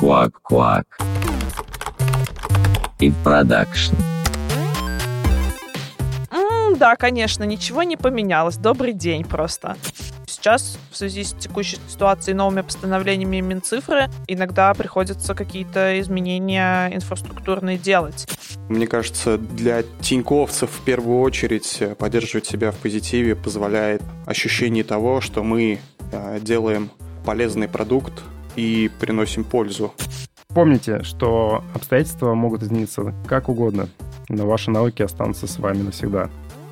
Квак-квак. И продакшн. Да, конечно, ничего не поменялось. Добрый день просто. Сейчас в связи с текущей ситуацией и новыми постановлениями Минцифры иногда приходится какие-то изменения инфраструктурные делать. Мне кажется, для тиньковцев в первую очередь поддерживать себя в позитиве позволяет ощущение того, что мы делаем полезный продукт и приносим пользу. Помните, что обстоятельства могут измениться как угодно, но ваши навыки останутся с вами навсегда.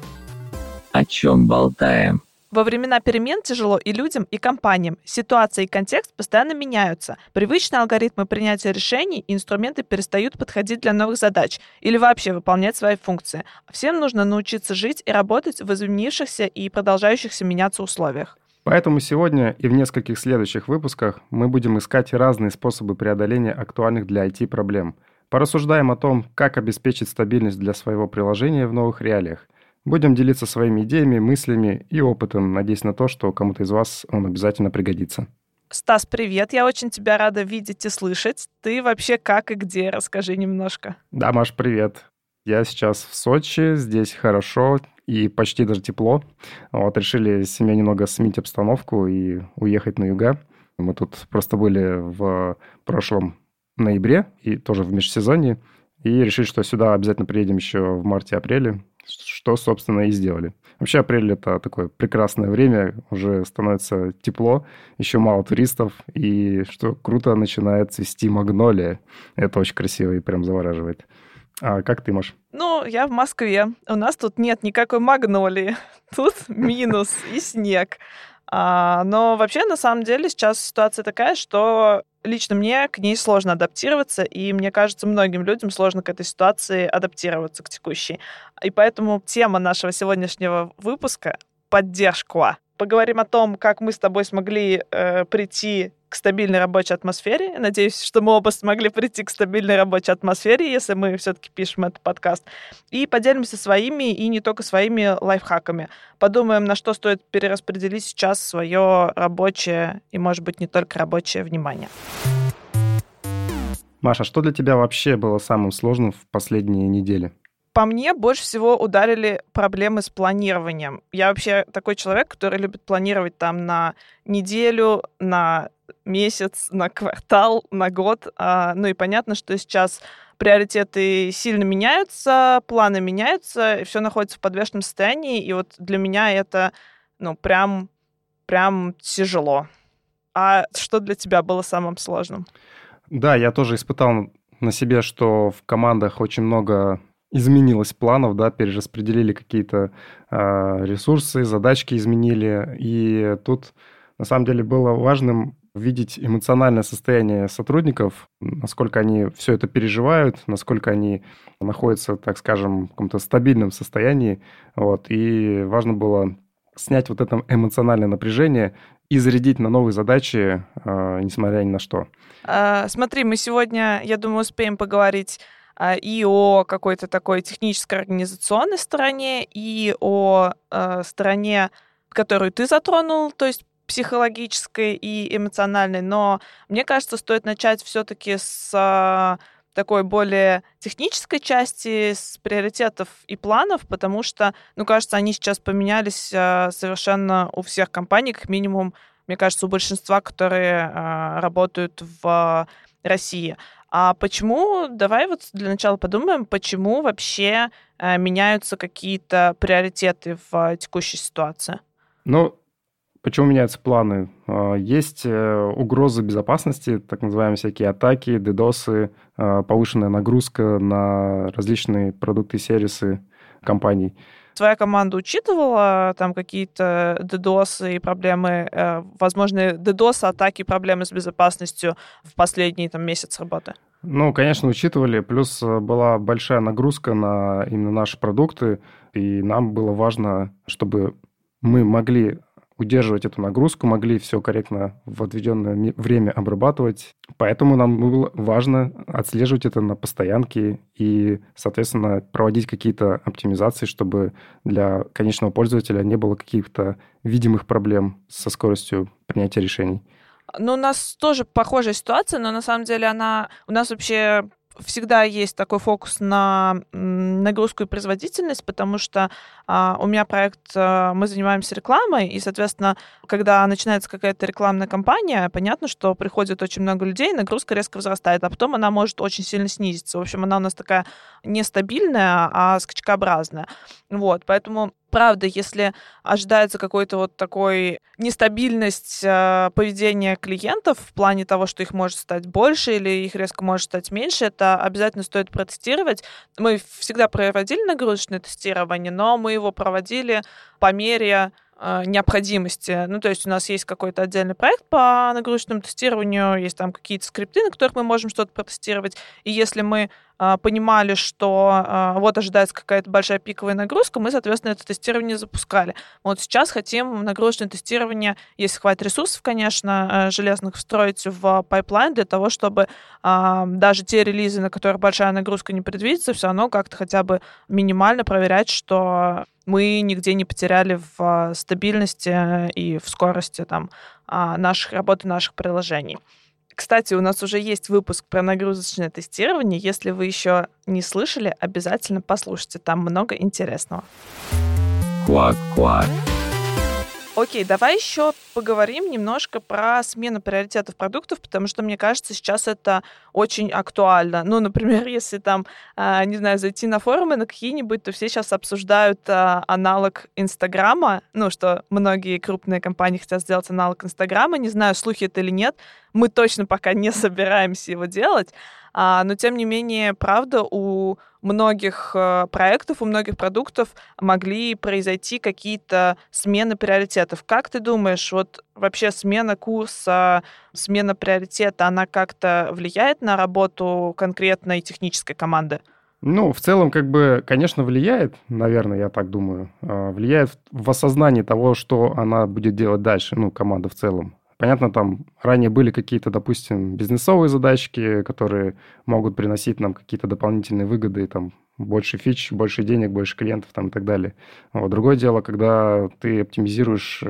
О чем болтаем? Во времена перемен тяжело и людям, и компаниям. Ситуация и контекст постоянно меняются. Привычные алгоритмы принятия решений и инструменты перестают подходить для новых задач или вообще выполнять свои функции. Всем нужно научиться жить и работать в изменившихся и продолжающихся меняться условиях. Поэтому сегодня и в нескольких следующих выпусках мы будем искать разные способы преодоления актуальных для IT проблем. Порассуждаем о том, как обеспечить стабильность для своего приложения в новых реалиях. Будем делиться своими идеями, мыслями и опытом, надеясь на то, что кому-то из вас он обязательно пригодится. Стас, привет! Я очень тебя рада видеть и слышать. Ты вообще как и где? Расскажи немножко. Да, Маш, привет. Я сейчас в Сочи, здесь хорошо и почти даже тепло. Решили с семьей немного сменить обстановку и уехать на юга. Мы тут просто были в прошлом ноябре и тоже в межсезонье. И решили, что сюда обязательно приедем еще в марте-апреле, что, собственно, и сделали. Вообще, апрель — это такое прекрасное время, уже становится тепло, еще мало туристов, и, что круто, начинает цвести магнолия. Это очень красиво и прям завораживает. А как ты, Маш? Я в Москве. У нас тут нет никакой магнолии. Тут минус и снег. Но вообще, на самом деле, сейчас ситуация такая, что лично мне к ней сложно адаптироваться, и мне кажется, многим людям сложно к этой ситуации адаптироваться, к текущей. И поэтому тема нашего сегодняшнего выпуска — поддержка. Поговорим о том, как мы с тобой смогли прийти к стабильной рабочей атмосфере. Надеюсь, что мы оба смогли прийти к стабильной рабочей атмосфере, если мы все-таки пишем этот подкаст. И поделимся своими, и не только своими, лайфхаками. Подумаем, на что стоит перераспределить сейчас свое рабочее и, может быть, не только рабочее внимание. Маша, что для тебя вообще было самым сложным в последние недели? По мне, больше всего ударили проблемы с планированием. Я вообще такой человек, который любит планировать там на неделю, на месяц, на квартал, на год. И понятно, что сейчас приоритеты сильно меняются, планы меняются, и все находится в подвешенном состоянии. И вот для меня это, прям тяжело. А что для тебя было самым сложным? Да, я тоже испытал на себе, что в командах очень много изменилось планов, да, перераспределили какие-то ресурсы, задачки изменили. И тут, на самом деле, было важным видеть эмоциональное состояние сотрудников, насколько они все это переживают, насколько они находятся, так скажем, в каком-то стабильном состоянии. И важно было снять вот это эмоциональное напряжение и зарядить на новые задачи, несмотря ни на что. Смотри, мы сегодня, я думаю, успеем поговорить и о какой-то такой технической организационной стороне, и о стороне, которую ты затронул, то есть психологической и эмоциональной. Но мне кажется, стоит начать все-таки с такой более технической части, с приоритетов и планов, потому что, кажется, они сейчас поменялись совершенно у всех компаний, как минимум, мне кажется, у большинства, которые работают в России. А почему, давай для начала подумаем, почему вообще меняются какие-то приоритеты в текущей ситуации? Почему меняются планы? Есть угрозы безопасности, так называемые всякие атаки, ддосы, повышенная нагрузка на различные продукты и сервисы компаний. Твоя команда учитывала там какие-то DDoS и проблемы, возможные DDoS, атаки, проблемы с безопасностью в последний месяц работы? Конечно, учитывали. Плюс была большая нагрузка на именно наши продукты, и нам было важно, чтобы мы могли удерживать эту нагрузку, могли все корректно в отведенное время обрабатывать. Поэтому нам было важно отслеживать это на постоянке и, соответственно, проводить какие-то оптимизации, чтобы для конечного пользователя не было каких-то видимых проблем со скоростью принятия решений. Ну, у нас тоже похожая ситуация, но на самом деле у нас вообще всегда есть такой фокус на нагрузку и производительность, потому что у меня проект, мы занимаемся рекламой, и, соответственно, когда начинается какая-то рекламная кампания, понятно, что приходит очень много людей, нагрузка резко возрастает, а потом она может очень сильно снизиться. В общем, она у нас такая нестабильная, а скачкообразная. Вот, поэтому правда, если ожидается какой-то вот такой нестабильность поведения клиентов в плане того, что их может стать больше или их резко может стать меньше, это обязательно стоит протестировать. Мы всегда проводили нагрузочное тестирование, но мы его проводили по мере необходимости. Ну, то есть у нас есть какой-то отдельный проект по нагрузочному тестированию, есть там какие-то скрипты, на которых мы можем что-то протестировать. И если мы понимали, что вот ожидается какая-то большая пиковая нагрузка, мы, соответственно, это тестирование запускали. Вот сейчас хотим нагрузочное тестирование, если хватит ресурсов, конечно, железных, встроить в пайплайн для того, чтобы даже те релизы, на которых большая нагрузка не предвидится, все равно как-то хотя бы минимально проверять, что мы нигде не потеряли в стабильности и в скорости там, работы наших приложений. Кстати, у нас уже есть выпуск про нагрузочное тестирование. Если вы еще не слышали, обязательно послушайте. Там много интересного. Квак-квак. Окей, давай еще поговорим немножко про смену приоритетов продуктов, потому что, мне кажется, сейчас это очень актуально. Ну, например, если там, не знаю, зайти на форумы на какие-нибудь, то все сейчас обсуждают аналог Инстаграма, ну, что многие крупные компании хотят сделать аналог Инстаграма. Не знаю, слухи это или нет. Мы точно пока не собираемся его делать. Но, тем не менее, правда, у многих проектов, у многих продуктов могли произойти какие-то смены приоритетов. Как ты думаешь, вот вообще смена курса, смена приоритета, она как-то влияет на работу конкретной технической команды? Ну, в целом, конечно, влияет, наверное, я так думаю. Влияет в осознании того, что она будет делать дальше, команда в целом. Понятно, там ранее были какие-то, допустим, бизнесовые задачки, которые могут приносить нам какие-то дополнительные выгоды, там, больше фич, больше денег, больше клиентов там, и так далее. Вот. Другое дело, когда ты оптимизируешь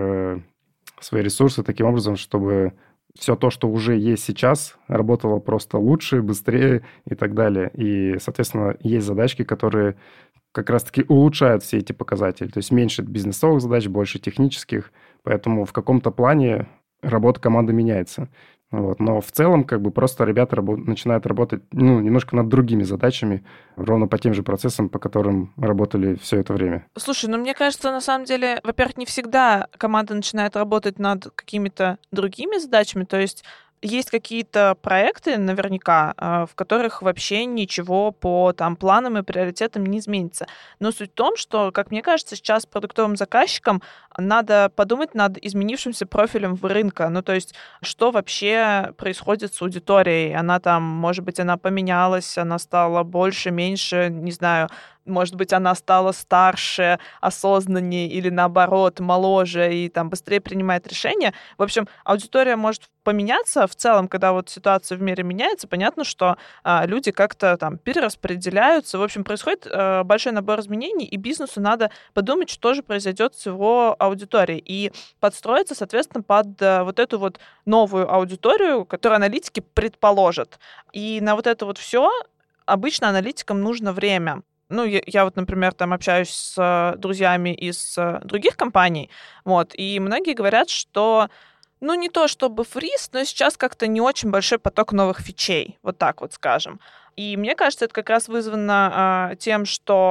свои ресурсы таким образом, чтобы все то, что уже есть сейчас, работало просто лучше, быстрее и так далее. И, соответственно, есть задачки, которые как раз-таки улучшают все эти показатели. То есть меньше бизнесовых задач, больше технических. Поэтому в каком-то плане работа команды меняется. Вот. Но в целом просто ребята начинают работать немножко над другими задачами, ровно по тем же процессам, по которым работали все это время. Слушай, мне кажется, на самом деле, во-первых, не всегда команда начинает работать над какими-то другими задачами, то есть есть какие-то проекты, наверняка, в которых вообще ничего по планам и приоритетам не изменится. Но суть в том, что, как мне кажется, сейчас продуктовым заказчикам надо подумать над изменившимся профилем рынка. Ну, то есть, что вообще происходит с аудиторией? Она может быть, она поменялась, она стала больше, меньше, не знаю, может быть, она стала старше, осознаннее или, наоборот, моложе и быстрее принимает решения. В общем, аудитория может поменяться. В целом, когда вот ситуация в мире меняется, понятно, что люди как-то перераспределяются. В общем, происходит большой набор изменений, и бизнесу надо подумать, что же произойдет с его аудиторией, и подстроиться, соответственно, под вот эту вот новую аудиторию, которую аналитики предположат. И на вот это вот все обычно аналитикам нужно время. Ну, я вот, например, общаюсь с друзьями из других компаний, вот, и многие говорят, что, не то чтобы фриз, но сейчас как-то не очень большой поток новых фичей, вот так вот скажем. И мне кажется, это как раз вызвано тем,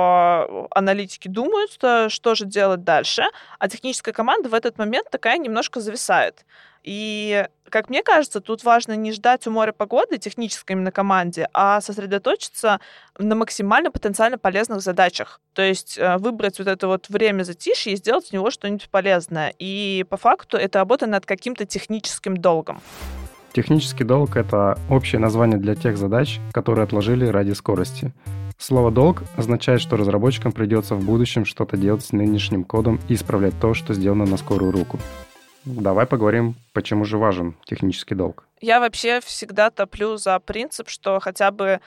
что аналитики думают, что же делать дальше, а техническая команда в этот момент такая немножко зависает. И, как мне кажется, тут важно не ждать у моря погоды технической именно команде, а сосредоточиться на максимально потенциально полезных задачах. То есть выбрать вот это вот время затишья и сделать из него что-нибудь полезное. И по факту это работа над каким-то техническим долгом. Технический долг — это общее название для тех задач, которые отложили ради скорости. Слово «долг» означает, что разработчикам придется в будущем что-то делать с нынешним кодом и исправлять то, что сделано на скорую руку. Давай поговорим, почему же важен технический долг. Я вообще всегда топлю за принцип, что хотя бы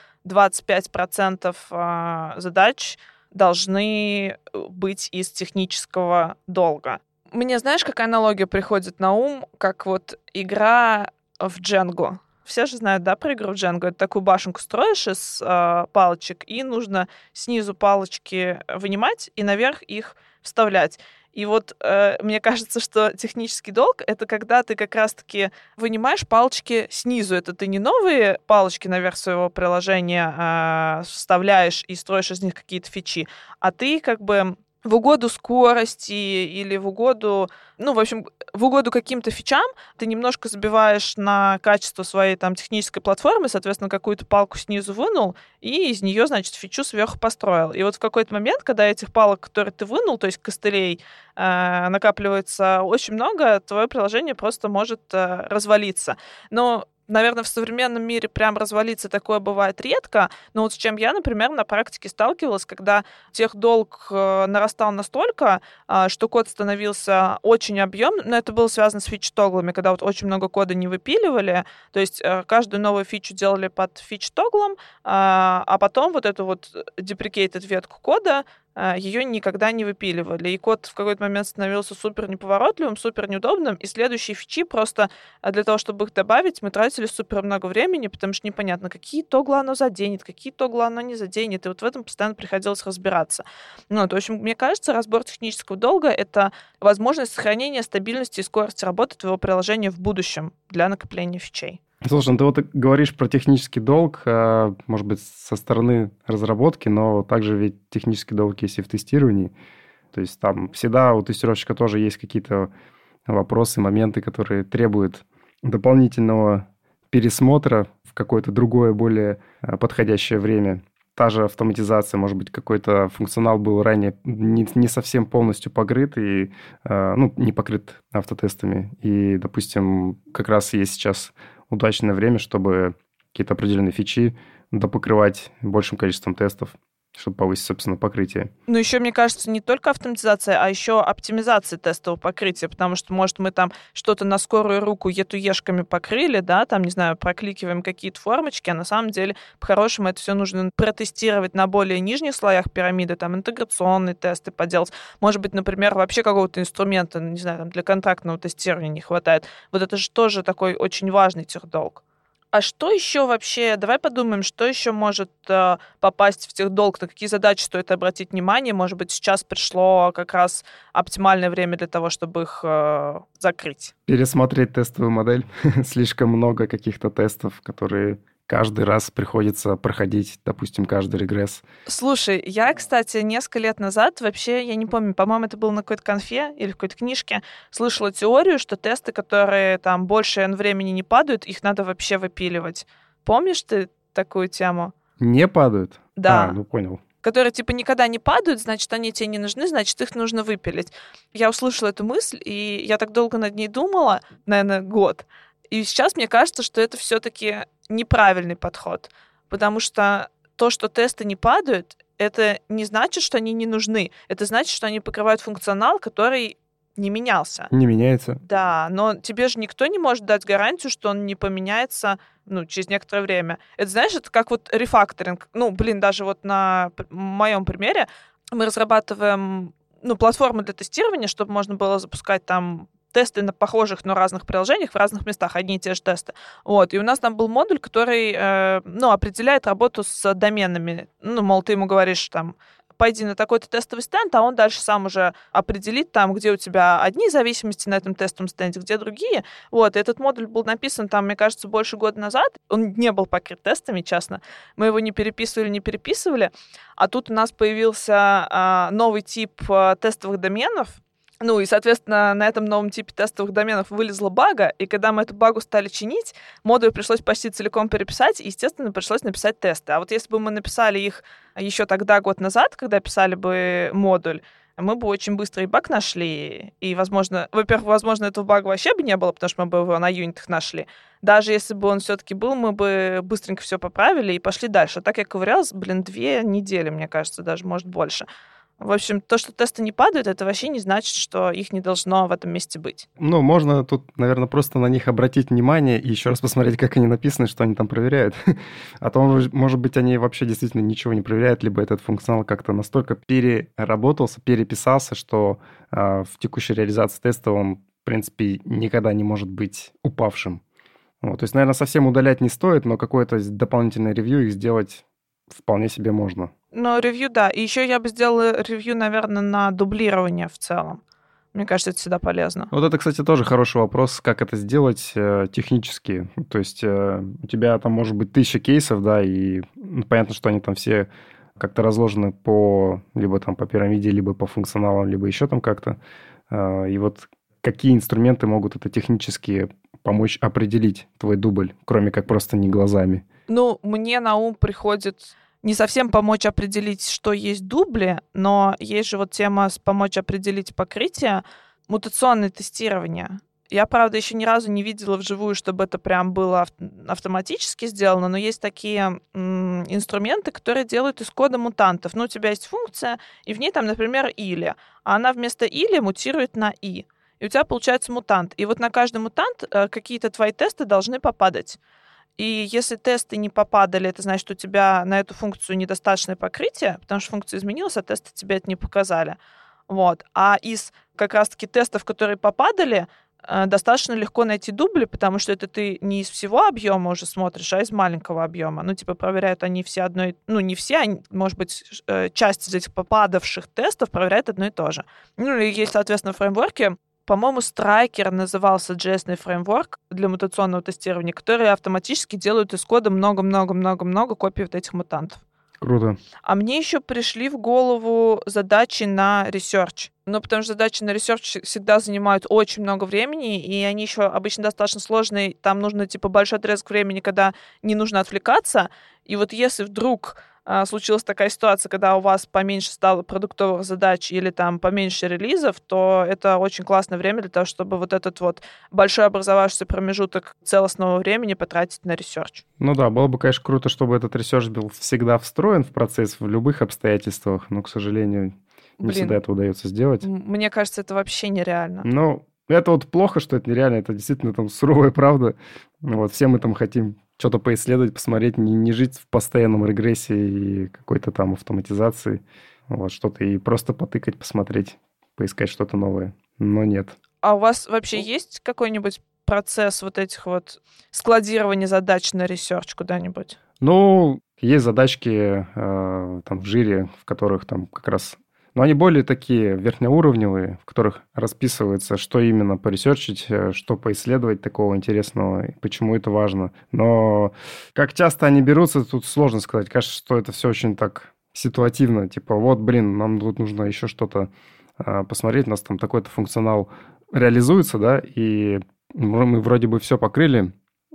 25% задач должны быть из технического долга. Мне, знаешь, какая аналогия приходит на ум, как вот игра в Дженгу. Все же знают, да, про игру в Дженгу. Это такую башенку строишь из палочек, и нужно снизу палочки вынимать и наверх их вставлять. И вот мне кажется, что технический долг — это когда ты как раз-таки вынимаешь палочки снизу. Это ты не новые палочки наверх своего приложения вставляешь и строишь из них какие-то фичи, а ты как бы в угоду скорости или в угоду, в общем, в угоду каким-то фичам ты немножко забиваешь на качество своей там технической платформы, соответственно, какую-то палку снизу вынул, и из нее, значит, фичу сверху построил. И вот в какой-то момент, когда этих палок, которые ты вынул, то есть костылей, накапливается очень много, твое приложение просто может развалиться. Но наверное, в современном мире прям развалиться такое бывает редко, но вот с чем я, например, на практике сталкивалась, когда техдолг нарастал настолько, что код становился очень объемным, но это было связано с фич-тоглами, когда вот очень много кода не выпиливали, то есть каждую новую фичу делали под фич-тоглом, а потом вот эту вот deprecated ветку кода ее никогда не выпиливали. И код в какой-то момент становился супер неповоротливым, супер неудобным, и следующие фичи просто для того, чтобы их добавить, мы тратили супер много времени, потому что непонятно, какие тоглы оно заденет, какие тоглы оно не заденет, и вот в этом постоянно приходилось разбираться. В общем, мне кажется, разбор технического долга — это возможность сохранения стабильности и скорости работы твоего приложения в будущем для накопления фичей. Слушай, ты вот говоришь про технический долг, может быть, со стороны разработки, но также ведь технический долг есть и в тестировании. То есть там всегда у тестировщика тоже есть какие-то вопросы, моменты, которые требуют дополнительного пересмотра в какое-то другое, более подходящее время. Та же автоматизация, может быть, какой-то функционал был ранее не совсем полностью покрыт и не покрыт автотестами. И, допустим, как раз есть сейчас удачное время, чтобы какие-то определенные фичи допокрывать большим количеством тестов, чтобы повысить, собственно, покрытие. Еще, мне кажется, не только автоматизация, а еще оптимизация тестового покрытия, потому что, может, мы там что-то на скорую руку етуешками покрыли, да, там, не знаю, прокликиваем какие-то формочки, а на самом деле, по-хорошему, это все нужно протестировать на более нижних слоях пирамиды, там, интеграционные тесты поделать. Может быть, например, вообще какого-то инструмента, не знаю, там, для контрактного тестирования не хватает. Вот это же тоже такой очень важный техдолг. А что еще вообще, давай подумаем, что еще может попасть в техдолг, на какие задачи стоит обратить внимание? Может быть, сейчас пришло как раз оптимальное время для того, чтобы их закрыть? Пересмотреть тестовую модель. Слишком много каких-то тестов, которые каждый раз приходится проходить, допустим, каждый регресс. Слушай, я, кстати, несколько лет назад, вообще, я не помню, по-моему, это было на какой-то конфе или в какой-то книжке, слышала теорию, что тесты, которые там больше N времени не падают, их надо вообще выпиливать. Помнишь ты такую тему? Не падают? Да. Понял. Которые, типа, никогда не падают, значит, они тебе не нужны, значит, их нужно выпилить. Я услышала эту мысль, и я так долго над ней думала, наверное, год. И сейчас мне кажется, что это все-таки неправильный подход, потому что то, что тесты не падают, это не значит, что они не нужны. Это значит, что они покрывают функционал, который не менялся. Не меняется? Да, но тебе же никто не может дать гарантию, что он не поменяется, через некоторое время. Это, знаешь, это как вот рефакторинг. Даже вот на моем примере мы разрабатываем, платформу для тестирования, чтобы можно было запускать там тесты на похожих, но разных приложениях в разных местах, одни и те же тесты. И у нас там был модуль, который, определяет работу с доменами. Ты ему говоришь, там, пойди на такой-то тестовый стенд, а он дальше сам уже определит там, где у тебя одни зависимости на этом тестовом стенде, где другие. Этот модуль был написан там, мне кажется, больше года назад. Он не был покрыт тестами, честно. Мы его не переписывали. А тут у нас появился новый тип тестовых доменов. И, соответственно, на этом новом типе тестовых доменов вылезла бага, и когда мы эту багу стали чинить, модуль пришлось почти целиком переписать, и, естественно, пришлось написать тесты. А вот если бы мы написали их еще тогда, год назад, когда писали бы модуль, мы бы очень быстро и баг нашли, и, возможно, этого бага вообще бы не было, потому что мы бы его на юнитах нашли. Даже если бы он все-таки был, мы бы быстренько все поправили и пошли дальше. А так я ковырялась, 2 недели, мне кажется, даже, может, больше. В общем, то, что тесты не падают, это вообще не значит, что их не должно в этом месте быть. Ну, можно тут, наверное, просто на них обратить внимание и еще раз посмотреть, как они написаны, что они там проверяют. А то, может быть, они вообще действительно ничего не проверяют, либо этот функционал как-то настолько переработался, переписался, что в текущей реализации теста он, в принципе, никогда не может быть упавшим. Вот, то есть, наверное, совсем удалять не стоит, но какое-то дополнительное ревью их сделать вполне себе можно. Но ревью, да. И еще я бы сделала ревью, наверное, на дублирование в целом. Мне кажется, это всегда полезно. Вот это, кстати, тоже хороший вопрос, как это сделать технически. То есть у тебя там может быть 1000 кейсов, да, и понятно, что они там все как-то разложены по либо там по пирамиде, либо по функционалам, либо еще там как-то. И вот какие инструменты могут это технически помочь определить твой дубль, кроме как просто не глазами? Ну, мне на ум приходит не совсем помочь определить, что есть дубли, но есть же вот тема помочь определить покрытие, мутационное тестирование. Я, правда, еще ни разу не видела вживую, чтобы это прям было автоматически сделано, но есть такие инструменты, которые делают из кода мутантов. Ну, у тебя есть функция, и в ней там, например, или, а она вместо или мутирует на и у тебя получается мутант. И вот на каждый мутант какие-то твои тесты должны попадать. И если тесты не попадали, это значит, что у тебя на эту функцию недостаточное покрытие, потому что функция изменилась, а тесты тебе это не показали. Вот. А из как раз-таки тестов, которые попадали, достаточно легко найти дубли, потому что это ты не из всего объема уже смотришь, а из маленького объема. Ну, типа, проверяют они все одно и... Ну, не все, может быть, часть из этих попадавших тестов проверяет одно и то же. Ну, и есть, соответственно, фреймворки. По-моему, Striker назывался JS-ный фреймворк для мутационного тестирования, которые автоматически делают из кода много-много-много-много копий вот этих мутантов. Круто. А мне еще пришли в голову задачи на research. Ну, потому что задачи на research всегда занимают очень много времени, и они еще обычно достаточно сложные. Там нужно, типа, большой отрезок времени, когда не нужно отвлекаться. И вот если вдруг случилась такая ситуация, когда у вас поменьше стало продуктовых задач или там поменьше релизов, то это очень классное время для того, чтобы вот этот вот большой образовавшийся промежуток целостного времени потратить на ресерч. Ну да, было бы, конечно, круто, чтобы этот ресерч был всегда встроен в процесс в любых обстоятельствах, но, к сожалению, не всегда это удается сделать. Мне кажется, это вообще нереально. Ну, это вот плохо, что это нереально, это действительно там суровая правда. Вот, все мы там хотим что-то поисследовать, посмотреть, не жить в постоянном регрессии и какой-то там автоматизации. Вот, что-то и просто потыкать, посмотреть, поискать что-то новое. Но нет. А у вас вообще есть какой-нибудь процесс вот этих вот складирования задач на ресерч куда-нибудь? Ну, есть задачки там в жире, в которых там как раз... Но они более такие верхнеуровневые, в которых расписывается, что именно поресерчить, что поисследовать такого интересного, и почему это важно. Но как часто они берутся, тут сложно сказать. Кажется, что это все очень так ситуативно. Типа, вот, блин, нам тут нужно еще что-то посмотреть. У нас там такой-то функционал реализуется, да, и мы вроде бы все покрыли,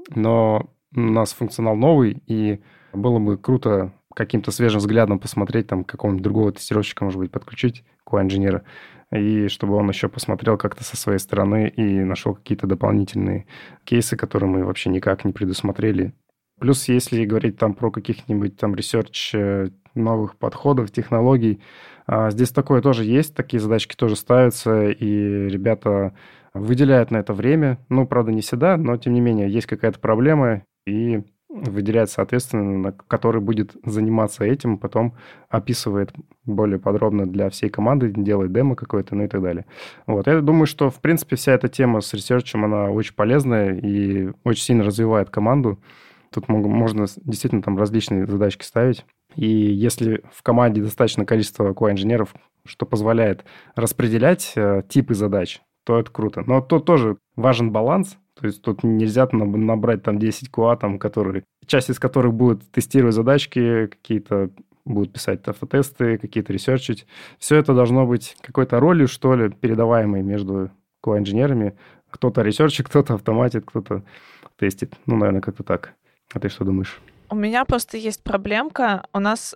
но у нас функционал новый, и было бы круто каким-то свежим взглядом посмотреть, там, какого-нибудь другого тестировщика, может быть, подключить, QA-инженера, и чтобы он еще посмотрел как-то со своей стороны и нашел какие-то дополнительные кейсы, которые мы вообще никак не предусмотрели. Плюс, если говорить там про каких-нибудь там ресерч новых подходов, технологий, здесь такое тоже есть, такие задачки тоже ставятся, и ребята выделяют на это время. Ну, правда, не всегда, но, тем не менее, есть какая-то проблема, и выделяет, соответственно, который будет заниматься этим, потом описывает более подробно для всей команды, делает демо какое-то, ну и так далее. Вот. Я думаю, что, в принципе, вся эта тема с ресерчем, она очень полезная и очень сильно развивает команду. Тут можно действительно там различные задачки ставить. И если в команде достаточно количества QA-инженеров, что позволяет распределять типы задач, то это круто. Но тут тоже важен баланс. То есть тут нельзя набрать там 10 QA, там, которые, часть из которых будут тестировать задачки, какие-то будут писать автотесты, какие-то ресерчить. Все это должно быть какой-то ролью, что ли, передаваемой между QA-инженерами. Кто-то ресерчит, кто-то автоматит, кто-то тестит. Ну, наверное, как-то так. А ты что думаешь? У меня просто есть проблемка. У нас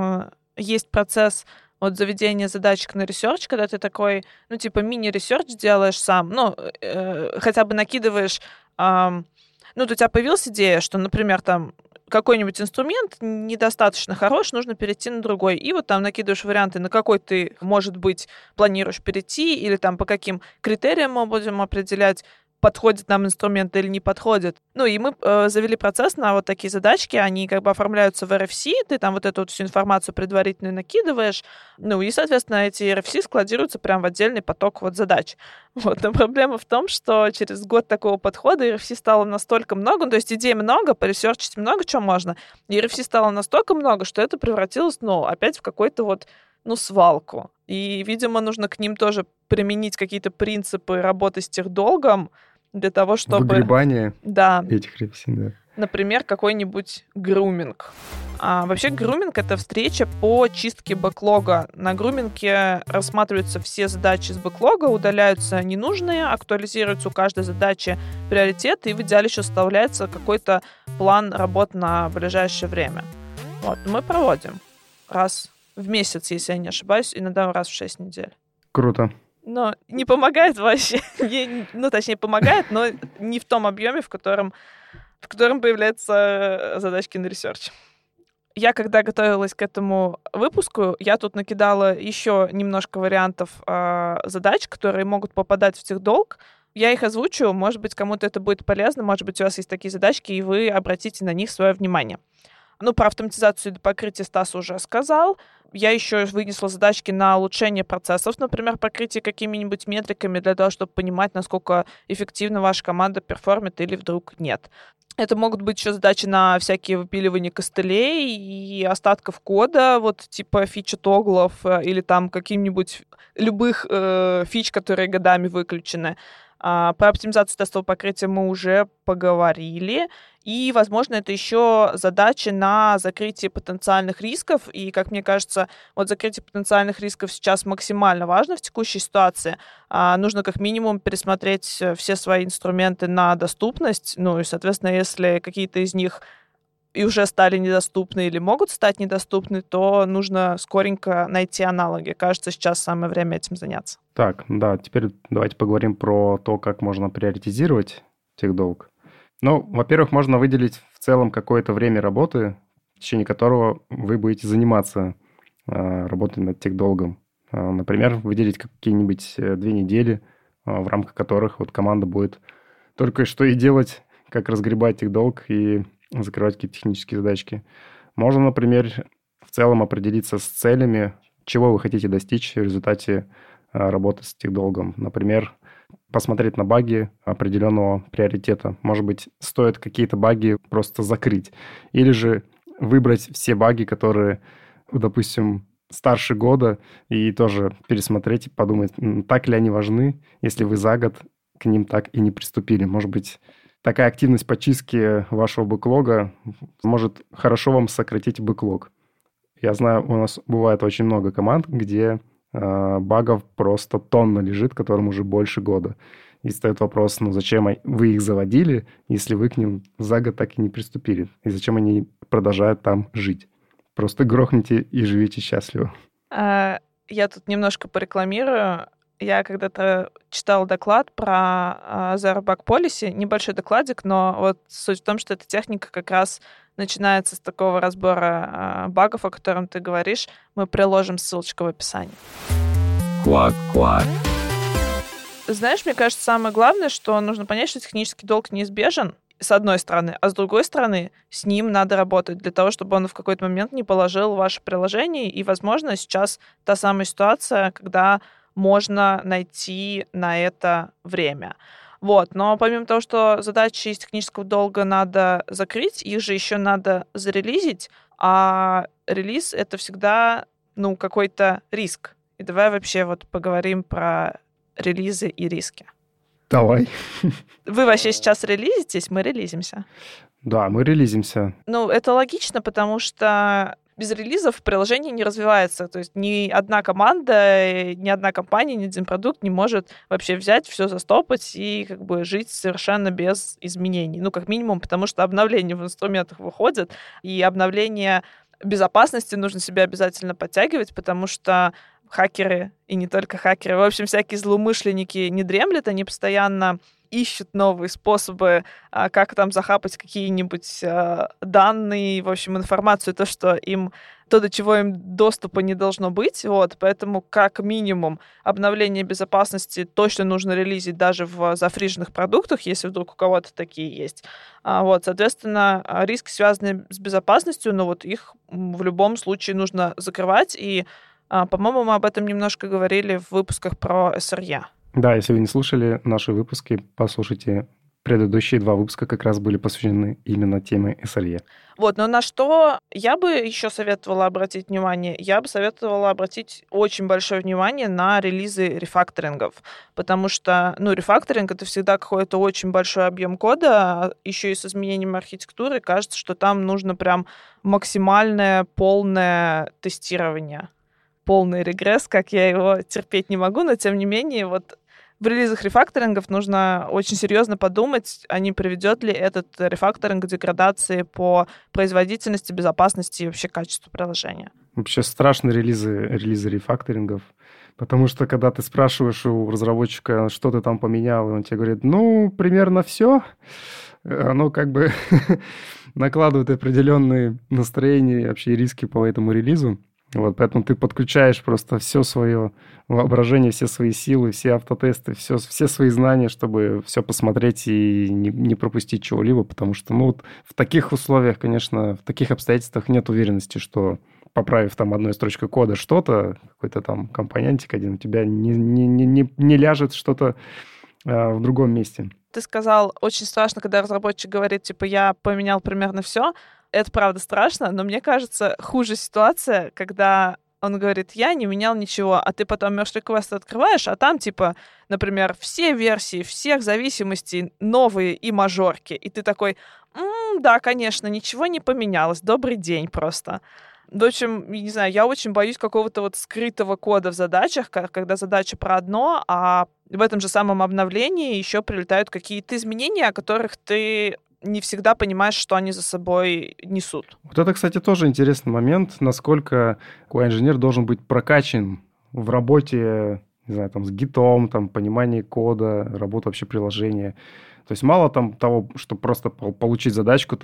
есть процесс вот заведения задачек на ресерч, когда ты такой, ну, типа, мини-ресерч делаешь сам, ну, хотя бы накидываешь... ну, у тебя появилась идея, что, например, там, какой-нибудь инструмент недостаточно хорош, нужно перейти на другой. И вот там накидываешь варианты, на какой ты, может быть, планируешь перейти, или там по каким критериям мы будем определять, подходит нам инструмент или не подходит. Ну, и мы завели процесс на вот такие задачки, они как бы оформляются в RFC, ты там вот эту вот всю информацию предварительно накидываешь, ну, и, соответственно, эти RFC складируются прямо в отдельный поток вот задач. Вот, но проблема в том, что через год такого подхода RFC стало настолько много, ну, то есть идей много, поресерчить много чего можно, и RFC стало настолько много, что это превратилось, ну, опять в какой-то вот, ну, свалку. И, видимо, нужно к ним тоже применить какие-то принципы работы с техдолгом для того, чтобы... Выгребание этих RFC, да. Например, какой-нибудь груминг. Вообще груминг — это встреча по чистке бэклога. На груминге рассматриваются все задачи с бэклога, удаляются ненужные, актуализируются у каждой задачи приоритеты, и в идеале еще составляется какой-то план работ на ближайшее время. Вот, мы проводим раз в месяц, если я не ошибаюсь, иногда раз в 6 недель. Круто. Но не помогает вообще. Ну, точнее, помогает, но не в том объеме, в котором появляются задачки на ресерч. Я, когда готовилась к этому выпуску, я тут накидала еще немножко вариантов задач, которые могут попадать в техдолг. Я их озвучу, может быть, кому-то это будет полезно, может быть, у вас есть такие задачки, и вы обратите на них свое внимание. Ну, про автоматизацию и покрытие Стас уже сказал. Я еще вынесла задачки на улучшение процессов, например, покрытие какими-нибудь метриками для того, чтобы понимать, насколько эффективно ваша команда перформит или вдруг нет. Это могут быть еще задачи на всякие выпиливания костылей и остатков кода, вот типа фича тоглов или там каким-нибудь любых фич, которые годами выключены. Про оптимизацию тестового покрытия мы уже поговорили. И, возможно, это еще задачи на закрытие потенциальных рисков. И, как мне кажется, вот закрытие потенциальных рисков сейчас максимально важно в текущей ситуации. Нужно как минимум пересмотреть все свои инструменты на доступность. Ну и, соответственно, если какие-то из них и уже стали недоступны или могут стать недоступны, то нужно скоренько найти аналоги. Кажется, сейчас самое время этим заняться. Так, да, теперь давайте поговорим про то, как можно приоритизировать техдолг. Ну, во-первых, можно выделить в целом какое-то время работы, в течение которого вы будете заниматься работой над техдолгом. Например, выделить какие-нибудь 2 недели, в рамках которых вот команда будет только что и делать, как разгребать техдолг и закрывать какие-то технические задачки. Можно, например, в целом определиться с целями, чего вы хотите достичь в результате работы с техдолгом. Например, посмотреть на баги определенного приоритета. Может быть, стоит какие-то баги просто закрыть. Или же выбрать все баги, которые, допустим, старше года, и тоже пересмотреть и подумать, так ли они важны, если вы за год к ним так и не приступили. Может быть, такая активность по чистке вашего бэклога может хорошо вам сократить бэклог. Я знаю, у нас бывает очень много команд, где багов просто тонна лежит, которым уже больше года. И встает вопрос, ну зачем вы их заводили, если вы к ним за год так и не приступили? И зачем они продолжают там жить? Просто грохните и живите счастливо. Я тут немножко порекламирую. Я когда-то читала доклад про Zero Bug Policy, небольшой докладик, но вот суть в том, что эта техника как раз начинается с такого разбора багов, о котором ты говоришь. Мы приложим ссылочку в описании. Квак-квак. Знаешь, мне кажется, самое главное, что нужно понять, что технический долг неизбежен, с одной стороны, а с другой стороны, с ним надо работать для того, чтобы он в какой-то момент не положил ваше приложение. И, возможно, сейчас та самая ситуация, когда можно найти на это время. Вот. Но помимо того, что задачи из технического долга надо закрыть, их же еще надо зарелизить, а релиз — это всегда, какой-то риск. И давай вообще вот поговорим про релизы и риски. Давай. Вы вообще сейчас релизитесь? Мы релизимся. Да, мы релизимся. Это логично, потому что без релизов приложение не развивается. То есть ни одна команда, ни одна компания, ни один продукт не может вообще взять, все застопать и жить совершенно без изменений. Как минимум, потому что обновления в инструментах выходят, и обновления безопасности нужно себя обязательно подтягивать, потому что хакеры, и не только хакеры, в общем, всякие злоумышленники не дремлят, они постоянно ищут новые способы, как там захапать какие-нибудь данные, в общем, информацию, то, до чего им доступа не должно быть. Вот, поэтому, как минимум, обновление безопасности точно нужно релизить даже в зафриженных продуктах, если вдруг у кого-то такие есть. Вот, соответственно, риски, связанные с безопасностью, их в любом случае нужно закрывать. И, по-моему, мы об этом немножко говорили в выпусках про SRE. Да, если вы не слушали наши выпуски, послушайте. Предыдущие 2 выпуска как раз были посвящены именно теме SRE. Вот, но на что я бы еще советовала обратить внимание? Я бы советовала обратить очень большое внимание на релизы рефакторингов, потому что, рефакторинг — это всегда какой-то очень большой объем кода, еще и с изменением архитектуры кажется, что там нужно прям максимальное, полное тестирование. Полный регресс, как я его терпеть не могу, но тем не менее, в релизах рефакторингов нужно очень серьезно подумать, а не приведет ли этот рефакторинг к деградации по производительности, безопасности и вообще качеству приложения. Вообще страшные релизы рефакторингов, потому что когда ты спрашиваешь у разработчика, что ты там поменял, и он тебе говорит, примерно все, оно как бы накладывает определенные настроения и вообще риски по этому релизу. Вот, поэтому ты подключаешь просто все свое воображение, все свои силы, все автотесты, все свои знания, чтобы все посмотреть и не пропустить чего-либо, потому что, в таких условиях, конечно, в таких обстоятельствах нет уверенности, что, поправив там одной строчкой кода что-то, какой-то там компонентик один, у тебя не ляжет что-то в другом месте. Ты сказал, очень страшно, когда разработчик говорит, я поменял примерно все. Это правда страшно, но мне кажется, хуже ситуация, когда он говорит, я не менял ничего, а ты потом Merge Request открываешь, а там, например, все версии всех зависимостей новые и мажорки. И ты такой, да, конечно, ничего не поменялось, добрый день просто. В общем, не знаю, я очень боюсь какого-то скрытого кода в задачах, когда задача про одно, а в этом же самом обновлении еще прилетают какие-то изменения, о которых ты не всегда понимаешь, что они за собой несут. Вот это, кстати, тоже интересный момент, насколько QA-инженер должен быть прокачан в работе, не знаю, с гитом, понимании кода, работа вообще приложения. То есть мало того, что просто получить задачку,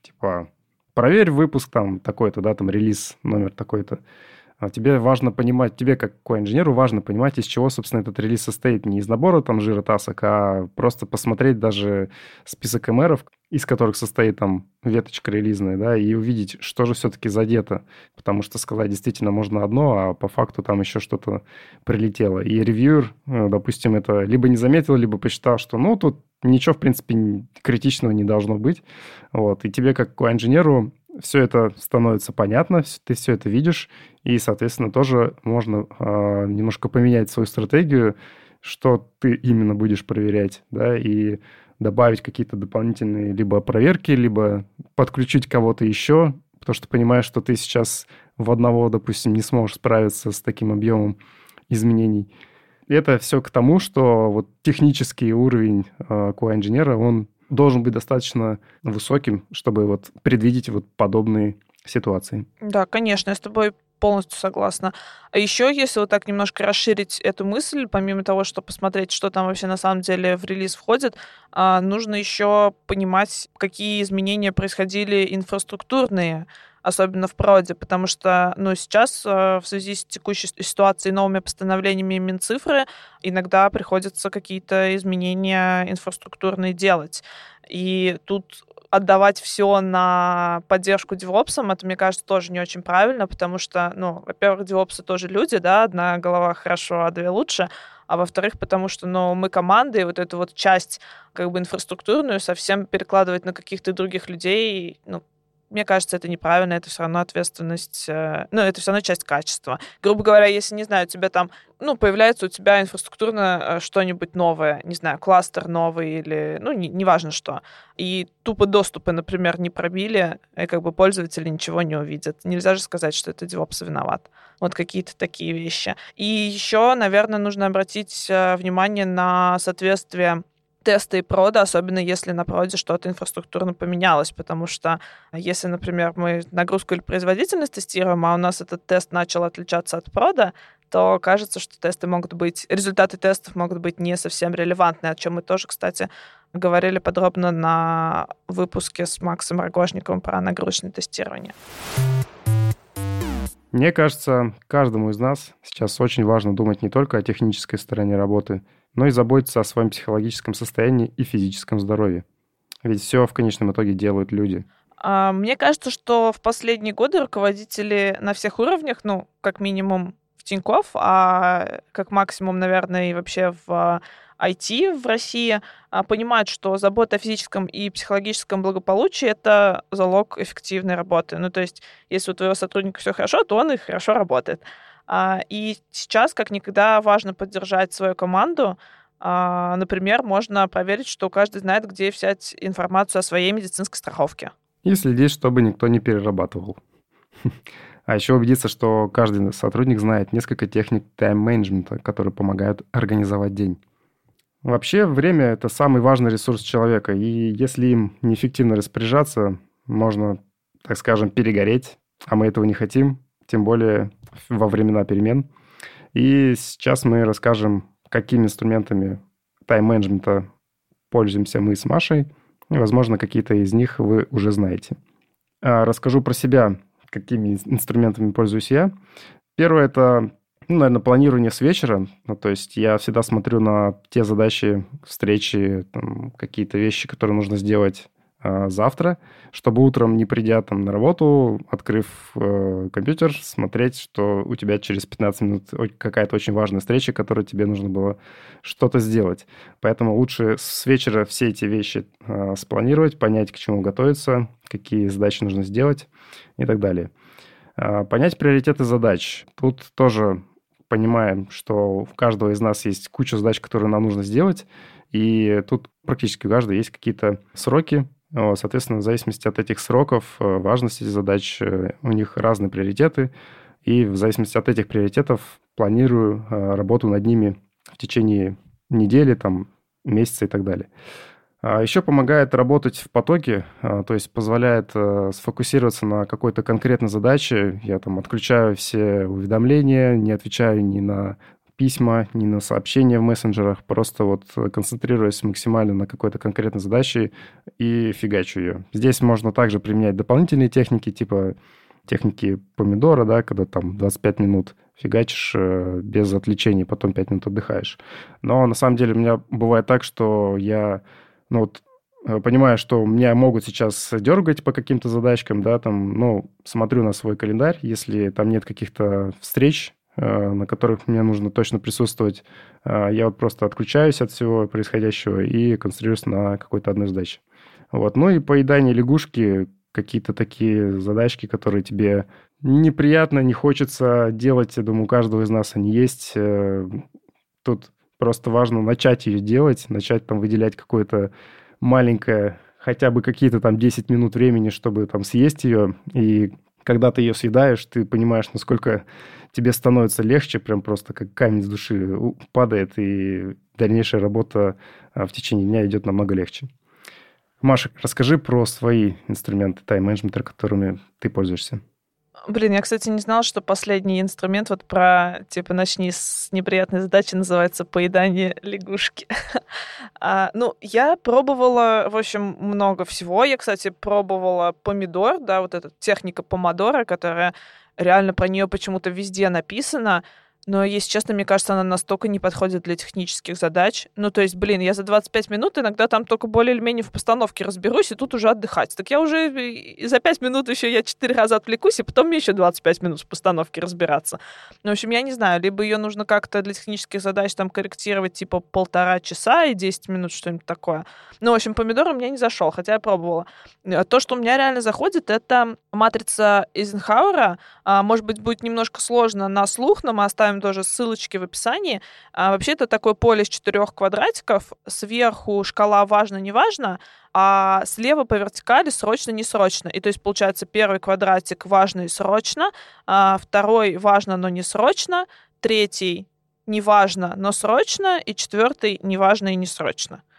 проверь выпуск такой-то, релиз номер такой-то. Тебе важно понимать, тебе как QA-инженеру важно понимать, из чего, собственно, этот релиз состоит. Не из набора жира тасок, а просто посмотреть даже список МРов, из которых состоит веточка релизная, да, и увидеть, что же все-таки задето. Потому что сказать действительно можно одно, а по факту там еще что-то прилетело. И ревьюер, допустим, это либо не заметил, либо посчитал, что, тут ничего, в принципе, критичного не должно быть. Вот. И тебе, как QA-инженеру, все это становится понятно, ты все это видишь, и, соответственно, тоже можно немножко поменять свою стратегию, что ты именно будешь проверять, да, и добавить какие-то дополнительные либо проверки, либо подключить кого-то еще, потому что понимаешь, что ты сейчас в одного, допустим, не сможешь справиться с таким объемом изменений. И это все к тому, что технический уровень QA-инженера, он должен быть достаточно высоким, чтобы предвидеть подобные ситуации. Да, конечно, я с тобой полностью согласна. А еще, если так немножко расширить эту мысль, помимо того, что посмотреть, что там вообще на самом деле в релиз входит, нужно еще понимать, какие изменения происходили инфраструктурные, особенно в проде, потому что сейчас в связи с текущей ситуацией, новыми постановлениями Минцифры, иногда приходится какие-то изменения инфраструктурные делать. И тут отдавать все на поддержку девопсам, это, мне кажется, тоже не очень правильно, потому что, во-первых, девопсы тоже люди, да, одна голова хорошо, а две лучше, а во-вторых, потому что, мы команда, и эту часть инфраструктурную совсем перекладывать на каких-то других людей, мне кажется, это неправильно, это все равно ответственность, это все равно часть качества. Грубо говоря, если, не знаю, у тебя появляется у тебя инфраструктурно что-нибудь новое, не знаю, кластер новый или, неважно что, и тупо доступы, например, не пробили, и пользователи ничего не увидят. Нельзя же сказать, что это DevOps виноват. Какие-то такие вещи. И еще, наверное, нужно обратить внимание на соответствие тесты и прода, особенно если на проде что-то инфраструктурно поменялось, потому что если, например, мы нагрузку или производительность тестируем, а у нас этот тест начал отличаться от прода, то кажется, что результаты тестов могут быть не совсем релевантны, о чем мы тоже, кстати, говорили подробно на выпуске с Максом Рогожниковым про нагрузочное тестирование. Мне кажется, каждому из нас сейчас очень важно думать не только о технической стороне работы, но и заботиться о своем психологическом состоянии и физическом здоровье. Ведь все в конечном итоге делают люди. Мне кажется, что в последние годы руководители на всех уровнях, как минимум в Тинькофф, а как максимум, наверное, и вообще в IT в России, понимают, что забота о физическом и психологическом благополучии — это залог эффективной работы. То есть, если у твоего сотрудника все хорошо, то он и хорошо работает. И сейчас, как никогда, важно поддержать свою команду. Например, можно проверить, что каждый знает, где взять информацию о своей медицинской страховке. И следить, чтобы никто не перерабатывал. А еще убедиться, что каждый сотрудник знает несколько техник тайм-менеджмента, которые помогают организовать день. Вообще, время — это самый важный ресурс человека, и если им неэффективно распоряжаться, можно, так скажем, перегореть, а мы этого не хотим, тем более во времена перемен. И сейчас мы расскажем, какими инструментами тайм-менеджмента пользуемся мы с Машей, и, возможно, какие-то из них вы уже знаете. Расскажу про себя, какими инструментами пользуюсь я. Первое — это, наверное, планирование с вечера. То есть я всегда смотрю на те задачи, встречи, какие-то вещи, которые нужно сделать завтра, чтобы утром, не придя на работу, открыв компьютер, смотреть, что у тебя через 15 минут какая-то очень важная встреча, которой тебе нужно было что-то сделать. Поэтому лучше с вечера все эти вещи спланировать, понять, к чему готовиться, какие задачи нужно сделать и так далее. Понять приоритеты задач. Тут тоже понимаем, что у каждого из нас есть куча задач, которые нам нужно сделать, и тут практически у каждого есть какие-то сроки. Соответственно, в зависимости от этих сроков, важности задач, у них разные приоритеты, и в зависимости от этих приоритетов планирую работу над ними в течение недели, месяца и так далее. Еще помогает работать в потоке, то есть позволяет сфокусироваться на какой-то конкретной задаче. Я отключаю все уведомления, не отвечаю ни на письма, ни на сообщения в мессенджерах, просто концентрируюсь максимально на какой-то конкретной задаче и фигачу ее. Здесь можно также применять дополнительные техники, типа техники помидора, да, когда 25 минут фигачишь без отвлечений, потом 5 минут отдыхаешь. Но на самом деле у меня бывает так, что я понимаю, что меня могут сейчас дергать по каким-то задачкам, да, смотрю на свой календарь, если там нет каких-то встреч, на которых мне нужно точно присутствовать, я просто отключаюсь от всего происходящего и концентрируюсь на какой-то одной задаче. И поедание лягушки, какие-то такие задачки, которые тебе неприятно, не хочется делать, я думаю, у каждого из нас они есть. Тут просто важно начать ее делать, начать выделять какое-то маленькое, хотя бы какие-то 10 минут времени, чтобы съесть ее. И когда ты ее съедаешь, ты понимаешь, насколько тебе становится легче, прям просто как камень с души падает, и дальнейшая работа в течение дня идет намного легче. Маша, расскажи про свои инструменты тайм-менеджмента, которыми ты пользуешься. Я, кстати, не знала, что последний инструмент про, начни с неприятной задачи, называется поедание лягушки. Я пробовала, в общем, много всего. Я, кстати, пробовала помидор, да, эта техника помодоро, которая реально про нее почему-то везде написано. Но, если честно, мне кажется, она настолько не подходит для технических задач. Я за 25 минут иногда только более или менее в постановке разберусь, и тут уже отдыхать. Так я уже за 5 минут еще 4 раза отвлекусь, и потом мне еще 25 минут в постановке разбираться. В общем, я не знаю, либо ее нужно как-то для технических задач корректировать, 1,5 часа и 10 минут, что-нибудь такое. В общем, помидор у меня не зашел, хотя я пробовала. То, что у меня реально заходит, это матрица Эйзенхауэра. Может быть, будет немножко сложно на слух, но мы оставим тоже ссылочки в описании. Вообще это такое поле из 4 квадратиков. Сверху шкала важно-неважно, а слева по вертикали срочно-несрочно. И то есть получается первый квадратик важно и срочно, второй важно, но не срочно, третий неважно, но срочно, и четвертый неважно и не срочно.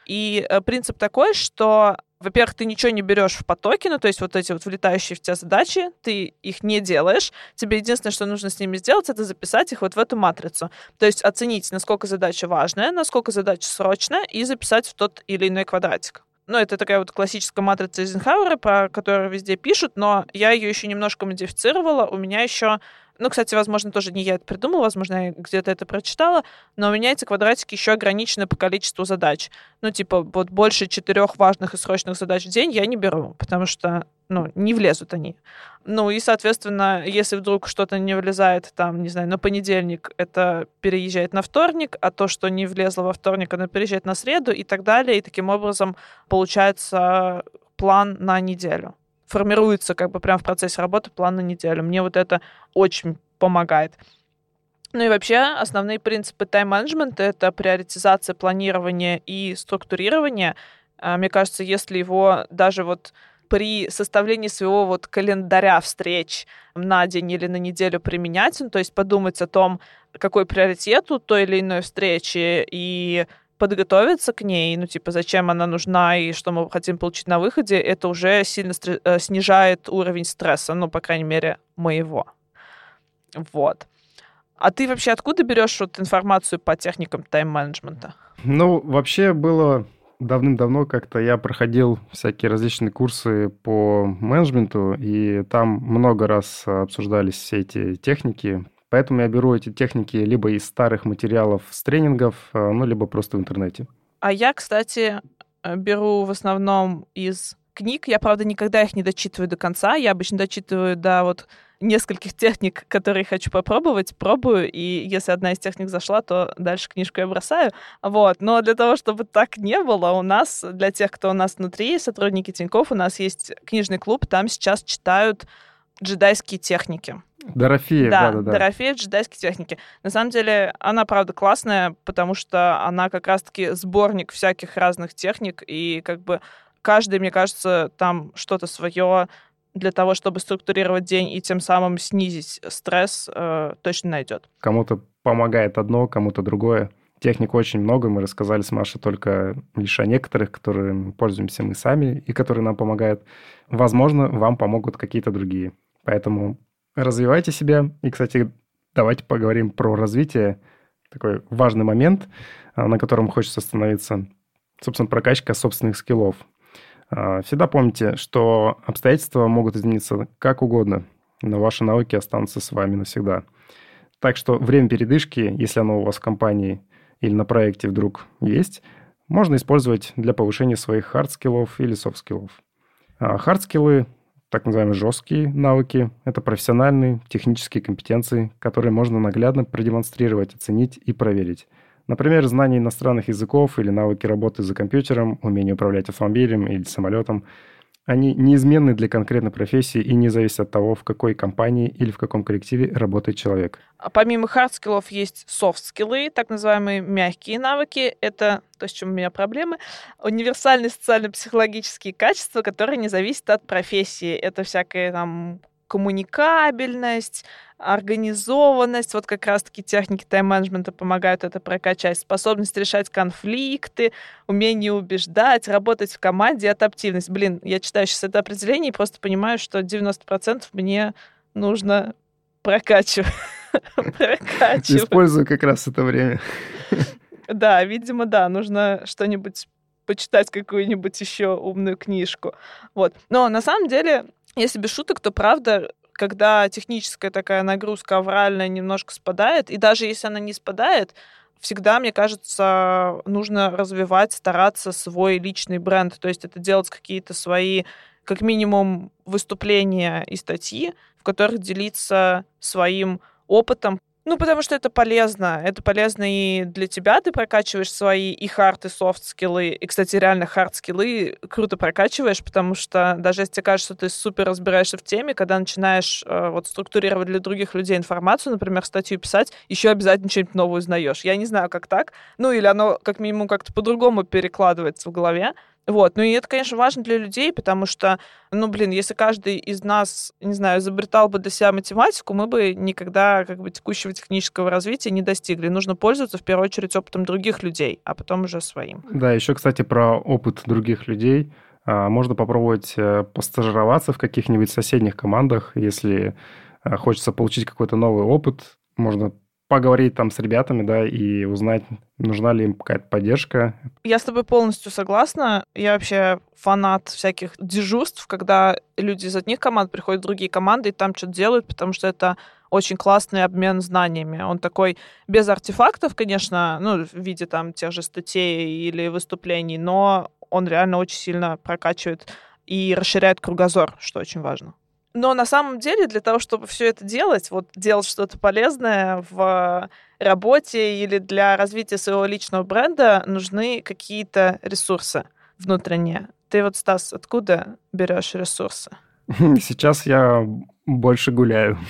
И принцип такой, что, во-первых, ты ничего не берешь в потоки, ну, то есть вот эти вот влетающие в тебя задачи, ты их не делаешь. Тебе единственное, что нужно с ними сделать, это записать их вот в эту матрицу. То есть оценить, насколько задача важная, насколько задача срочная, и записать в тот или иной квадратик. Ну, это такая вот классическая матрица Эйзенхауэра, про которую везде пишут, но я ее еще немножко модифицировала. У меня еще... Ну, кстати, возможно, тоже не я это придумала, возможно, я где-то это прочитала, но у меня эти квадратики еще ограничены по количеству задач. Ну, типа, вот больше 4 важных и срочных задач в день я не беру, потому что, ну, не влезут они. Ну, и, соответственно, если вдруг что-то не влезает, там, не знаю, на понедельник, это переезжает на вторник, а то, что не влезло во вторник, оно переезжает на среду и так далее, и таким образом получается план на неделю. Формируется как бы прямо в процессе работы план на неделю. Мне вот это очень помогает. Ну и вообще основные принципы тайм-менеджмента — это приоритизация, планирование и структурирование. Мне кажется, если его даже вот при составлении своего вот календаря встреч на день или на неделю применять, ну, то есть подумать о том, какой приоритет у той или иной встречи, и подготовиться к ней, ну, типа, зачем она нужна и что мы хотим получить на выходе, это уже сильно снижает уровень стресса, ну, по крайней мере, моего. Вот. А ты вообще откуда берешь вот информацию по техникам тайм-менеджмента? Ну, вообще было давным-давно как-то я проходил всякие различные курсы по менеджменту, и там много раз обсуждались все эти техники. Поэтому я беру эти техники либо из старых материалов с тренингов, ну, либо просто в интернете. А я, кстати, беру в основном из книг. Я, правда, никогда их не дочитываю до конца. Я обычно дочитываю до вот нескольких техник, которые хочу попробовать, пробую, и если одна из техник зашла, то дальше книжку я бросаю. Вот. Но для того, чтобы так не было, у нас, для тех, кто у нас внутри, сотрудники Тинькофф, у нас есть книжный клуб, там сейчас читают джедайские техники. Дорофеев, да. Дорофеев, джедайские техники. На самом деле, она, правда, классная, потому что она как раз-таки сборник всяких разных техник, и как бы каждый, мне кажется, там что-то свое для того, чтобы структурировать день и тем самым снизить стресс, точно найдет. Кому-то помогает одно, кому-то другое. Техник очень много, мы рассказали с Машей только лишь о некоторых, которыми пользуемся мы сами и которые нам помогают. Возможно, вам помогут какие-то другие. Поэтому развивайте себя. И, кстати, давайте поговорим про развитие. Такой важный момент, на котором хочется остановиться. Собственно, прокачка собственных скиллов. Всегда помните, что обстоятельства могут измениться как угодно, но ваши навыки останутся с вами навсегда. Так что время передышки, если оно у вас в компании или на проекте вдруг есть, можно использовать для повышения своих хард-скиллов или софт-скиллов. Хард-скиллы, так называемые жесткие навыки, это профессиональные технические компетенции, которые можно наглядно продемонстрировать, оценить и проверить. Например, знание иностранных языков или навыки работы за компьютером, умение управлять автомобилем или самолетом. Они неизменны для конкретной профессии и не зависят от того, в какой компании или в каком коллективе работает человек. А помимо хард-скиллов есть софт-скиллы, так называемые мягкие навыки. Это то, с чем у меня проблемы. Универсальные социально-психологические качества, которые не зависят от профессии. Это всякая там коммуникабельность, организованность. Вот как раз-таки техники тайм-менеджмента помогают это прокачать. Способность решать конфликты, умение убеждать, работать в команде, адаптивность. Блин, я читаю сейчас это определение и просто понимаю, что 90% мне нужно прокачивать. Использую как раз это время. Да, видимо, да, нужно что-нибудь почитать, какую-нибудь еще умную книжку. Вот. Но на самом деле, если без шуток, то правда, когда техническая такая нагрузка авральная немножко спадает, и даже если она не спадает, всегда, мне кажется, нужно развивать, стараться свой личный бренд. То есть это делать какие-то свои, как минимум, выступления и статьи, в которых делиться своим опытом. Ну, потому что это полезно. Это полезно и для тебя, ты прокачиваешь свои и хард, и софт-скиллы. И, кстати, реально хард-скиллы круто прокачиваешь, потому что даже если тебе кажется, что ты супер разбираешься в теме, когда начинаешь вот структурировать для других людей информацию, например, статью писать, еще обязательно что-нибудь новое узнаешь. Я не знаю, как так. Ну, или оно как минимум как-то по-другому перекладывается в голове. Вот. Ну и это, конечно, важно для людей, потому что, если каждый из нас, не знаю, изобретал бы для себя математику, мы бы никогда текущего технического развития не достигли. Нужно пользоваться в первую очередь опытом других людей, а потом уже своим. Да, еще, кстати, про опыт других людей. Можно попробовать постажироваться в каких-нибудь соседних командах, если хочется получить какой-то новый опыт. Можно поговорить там с ребятами, да, и узнать, нужна ли им какая-то поддержка. Я с тобой полностью согласна. Я вообще фанат всяких дежурств, когда люди из одних команд приходят в другие команды и там что-то делают, потому что это очень классный обмен знаниями. Он такой без артефактов, конечно, в виде там тех же статей или выступлений, но он реально очень сильно прокачивает и расширяет кругозор, что очень важно. Но на самом деле для того, чтобы все это делать, делать что-то полезное в работе или для развития своего личного бренда, нужны какие-то ресурсы внутренние. Ты Стас, откуда берешь ресурсы? Сейчас я больше гуляю.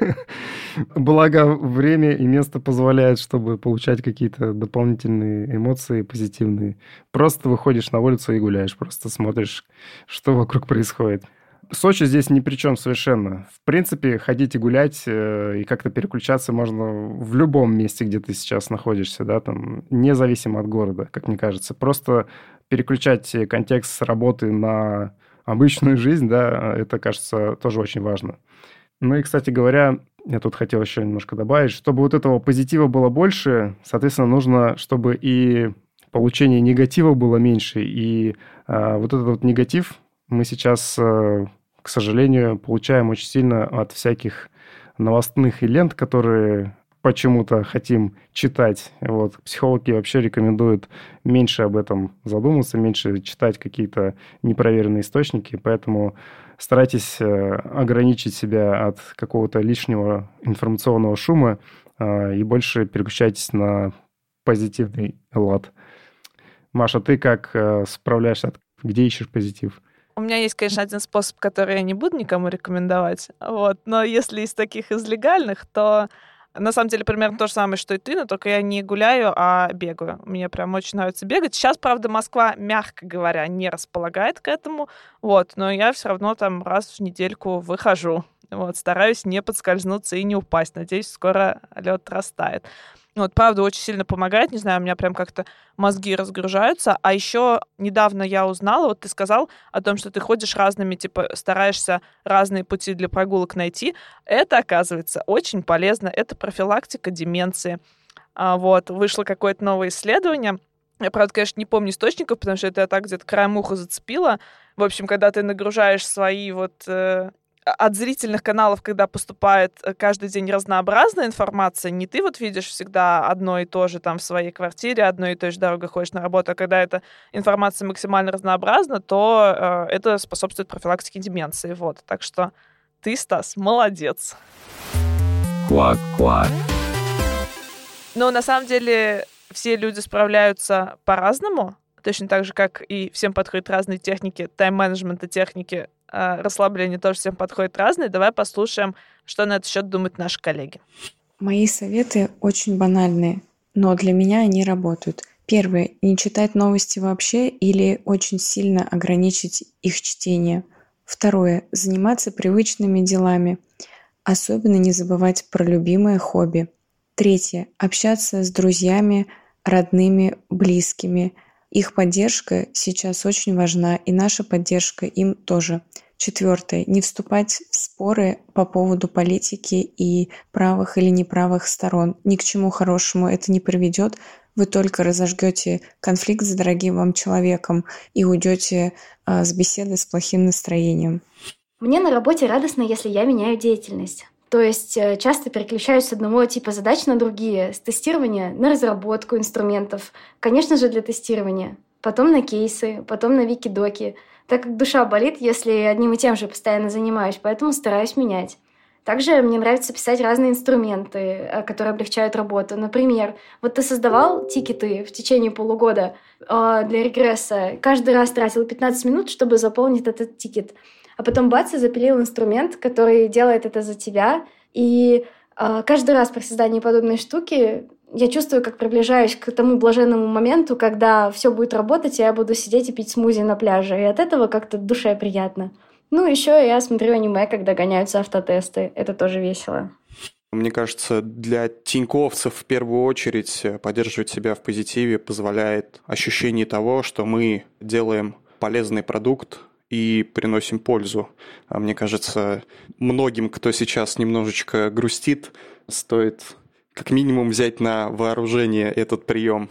Благо, время и место позволяют, чтобы получать какие-то дополнительные эмоции позитивные. Просто выходишь на улицу и гуляешь, просто смотришь, что вокруг происходит. Сочи здесь ни при чем совершенно. В принципе, ходить и гулять и как-то переключаться можно в любом месте, где ты сейчас находишься, да, там, независимо от города, как мне кажется. Просто переключать контекст с работы на обычную жизнь, да, это, кажется, тоже очень важно. Ну и, кстати говоря, я тут хотел еще немножко добавить, чтобы этого позитива было больше, соответственно, нужно, чтобы и получение негатива было меньше, и этот негатив мы сейчас, к сожалению, получаем очень сильно от всяких новостных лент, которые почему-то хотим читать. Психологи вообще рекомендуют меньше об этом задуматься, меньше читать какие-то непроверенные источники, поэтому старайтесь ограничить себя от какого-то лишнего информационного шума и больше переключайтесь на позитивный лад. Маша, ты как справляешься? Где ищешь позитив? У меня есть, конечно, один способ, который я не буду никому рекомендовать. Но если из таких из легальных, то на самом деле примерно то же самое, что и ты, но только я не гуляю, а бегаю. Мне прям очень нравится бегать. Сейчас, правда, Москва, мягко говоря, не располагает к этому, но я все равно там раз в недельку выхожу. Стараюсь не подскользнуться и не упасть. Надеюсь, скоро лед растает. Правда, очень сильно помогает. Не знаю, у меня прям как-то мозги разгружаются. А еще недавно я узнала, ты сказал о том, что ты ходишь разными, стараешься разные пути для прогулок найти. Это, оказывается, очень полезно. Это профилактика деменции. Вышло какое-то новое исследование. Я, правда, конечно, не помню источников, потому что это я так где-то краем уха зацепила. В общем, когда ты нагружаешь свои от зрительных каналов, когда поступает каждый день разнообразная информация, не ты видишь всегда одно и то же там в своей квартире, одной и той же дорогой ходишь на работу, а когда эта информация максимально разнообразна, то это способствует профилактике деменции. Так что ты, Стас, молодец. Квак-квак. На самом деле все люди справляются по-разному, точно так же, как и всем подходят разные техники тайм-менеджмента, техники расслабления тоже всем подходят разные. Давай послушаем, что на этот счет думают наши коллеги. Мои советы очень банальные, но для меня они работают. Первое. Не читать новости вообще или очень сильно ограничить их чтение. Второе. Заниматься привычными делами. Особенно не забывать про любимое хобби. Третье. Общаться с друзьями, родными, близкими. Их поддержка сейчас очень важна, и наша поддержка им тоже. Четвертое. Не вступать в споры по поводу политики и правых или неправых сторон. Ни к чему хорошему это не приведет. Вы только разожгете конфликт с дорогим вам человеком и уйдете с беседы с плохим настроением. Мне на работе радостно, если я меняю деятельность. То есть часто переключаюсь с одного типа задач на другие, с тестирования на разработку инструментов, конечно же, для тестирования, потом на кейсы, потом на вики-доки, так как душа болит, если одним и тем же постоянно занимаюсь, поэтому стараюсь менять. Также мне нравится писать разные инструменты, которые облегчают работу. Например, ты создавал тикеты в течение полугода для регресса, каждый раз тратил 15 минут, чтобы заполнить этот тикет. А потом бац, и запилил инструмент, который делает это за тебя. И каждый раз при создании подобной штуки Я чувствую, как приближаюсь к тому блаженному моменту, когда все будет работать, и я буду сидеть и пить смузи на пляже. И от этого как-то душе приятно. Ну, еще я смотрю аниме, когда гоняются автотесты. Это тоже весело. Мне кажется, для тиньковцев в первую очередь поддерживать себя в позитиве позволяет ощущение того, что мы делаем полезный продукт и приносим пользу. Мне кажется, многим, кто сейчас немножечко грустит, стоит как минимум взять на вооружение этот прием.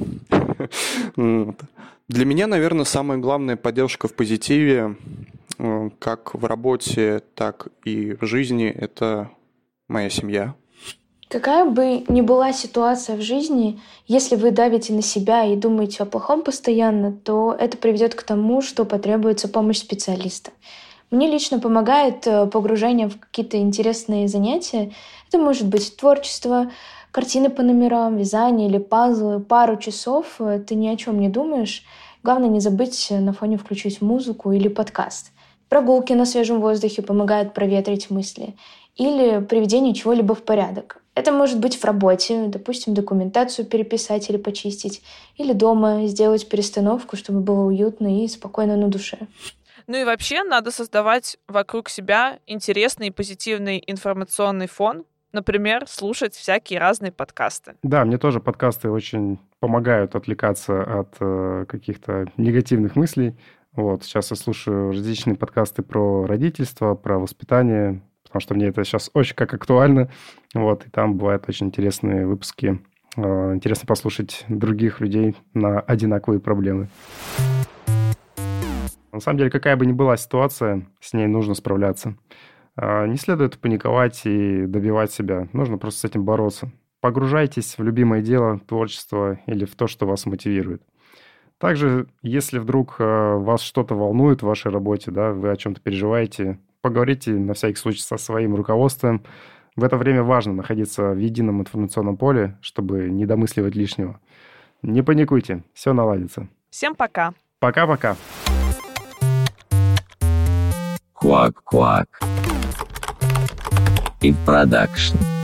Для меня, наверное, самая главная поддержка в позитиве, как в работе, так и в жизни, это моя семья. Какая бы ни была ситуация в жизни, если вы давите на себя и думаете о плохом постоянно, то это приведет к тому, что потребуется помощь специалиста. Мне лично помогает погружение в какие-то интересные занятия. Это может быть творчество, картины по номерам, вязание или пазлы. Пару часов ты ни о чем не думаешь. Главное не забыть на фоне включить музыку или подкаст. Прогулки на свежем воздухе помогают проветрить мысли. Или приведение чего-либо в порядок. Это может быть в работе, допустим, документацию переписать или почистить. Или дома сделать перестановку, чтобы было уютно и спокойно на душе. Ну и вообще надо создавать вокруг себя интересный и позитивный информационный фон. Например, слушать всякие разные подкасты. Да, мне тоже подкасты очень помогают отвлекаться от каких-то негативных мыслей. Вот, сейчас я слушаю различные подкасты про родительство, про воспитание, потому что мне это сейчас очень как актуально. Вот, и там бывают очень интересные выпуски. Интересно послушать других людей на одинаковые проблемы. На самом деле, какая бы ни была ситуация, с ней нужно справляться. Не следует паниковать и добивать себя. Нужно просто с этим бороться. Погружайтесь в любимое дело, творчество или в то, что вас мотивирует. Также, если вдруг вас что-то волнует в вашей работе, да, вы о чем-то переживаете, поговорите на всякий случай со своим руководством. В это время важно находиться в едином информационном поле, чтобы не домысливать лишнего. Не паникуйте, все наладится. Всем пока. Пока-пока. Quack Quack. In production.